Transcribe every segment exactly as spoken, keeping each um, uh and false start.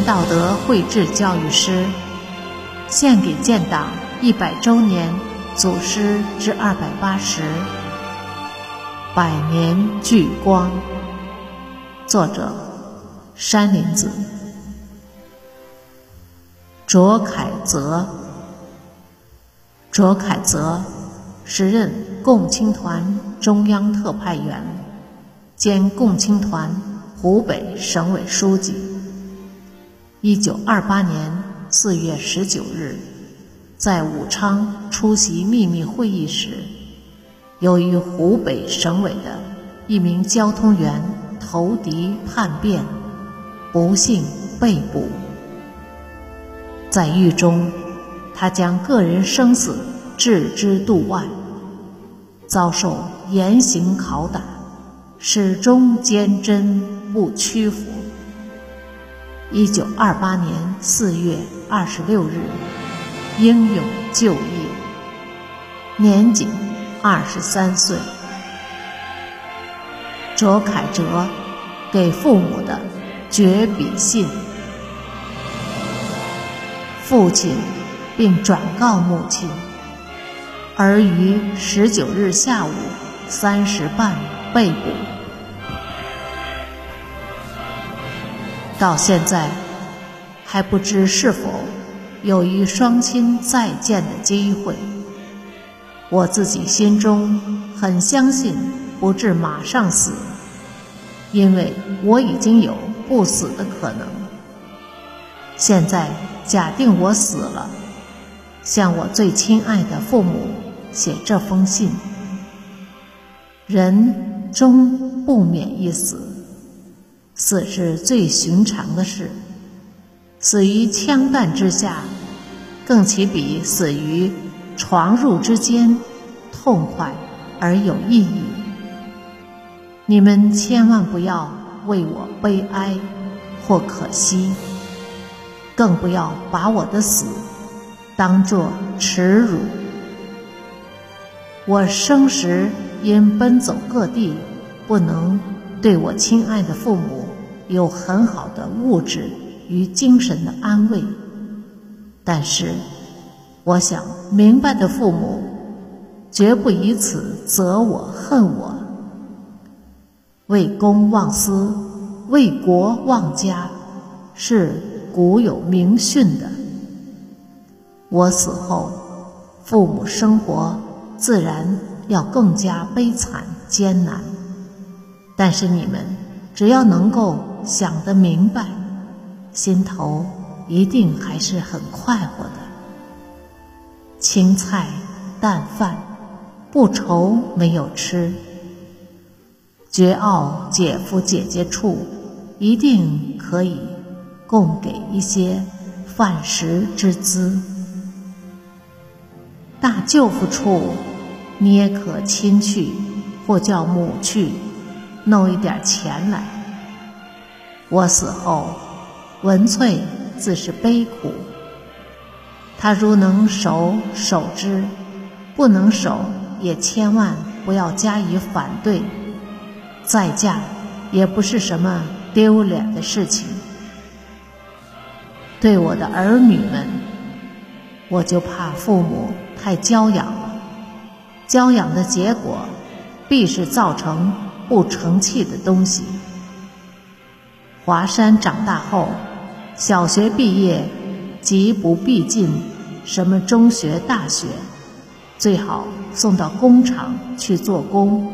道德绘制教育师，献给建党一百周年祖师之二百八十，百年聚光。作者山林子。卓凯泽，卓凯泽时任共青团中央特派员，兼共青团湖北省委书记。一九二八年四月十九日，在武昌出席秘密会议时，由于湖北省委的一名交通员投敌叛变，不幸被捕。在狱中，他将个人生死置之度外，遭受严刑拷打，始终坚贞不屈服。一九二八年四月二十六日，英勇就义，年仅二十三岁。卓凯泽给父母的绝笔信。父亲并转告母亲，儿于十九日下午三时半被捕。到现在还不知是否有与双亲再见的机会。我自己心中很相信不至马上死，因为我已经有不死的可能。现在假定我死了，向我最亲爱的父母写这封信。人终不免一死，死是最寻常的事，死于枪弹之下，更岂比死于床褥之间痛快而有意义。你们千万不要为我悲哀或可惜，更不要把我的死当作耻辱。我生时因奔走各地，不能对我亲爱的父母有很好的物质与精神的安慰，但是我想明白的父母绝不以此责我恨我。为公忘私，为国忘家，是古有明训的。我死后，父母生活自然要更加悲惨艰难，但是你们只要能够想得明白，心头一定还是很快活的。青菜淡饭，不愁没有吃。绝傲姐夫姐姐处，一定可以供给一些饭食之资。大舅父处，你也可亲去，或叫母去，弄一点钱来。我死后，文翠自是悲苦，他如能守守之，不能守也千万不要加以反对。再嫁也不是什么丢脸的事情。对我的儿女们，我就怕父母太娇养了，娇养的结果必是造成不成器的东西。华山长大后，小学毕业即不必进什么中学大学，最好送到工厂去做工。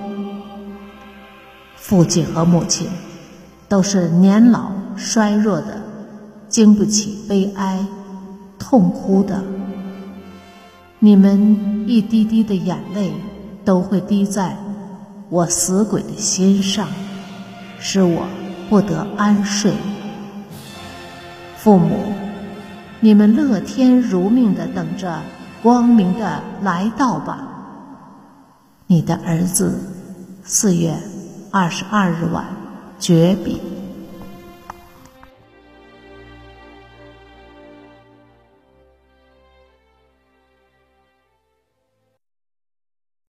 父亲和母亲都是年老衰弱的，经不起悲哀痛哭的。你们一滴滴的眼泪都会滴在我死鬼的心上，使我不得安睡。父母，你们乐天如命地等着光明的来到吧。你的儿子四月二十二日晚绝笔。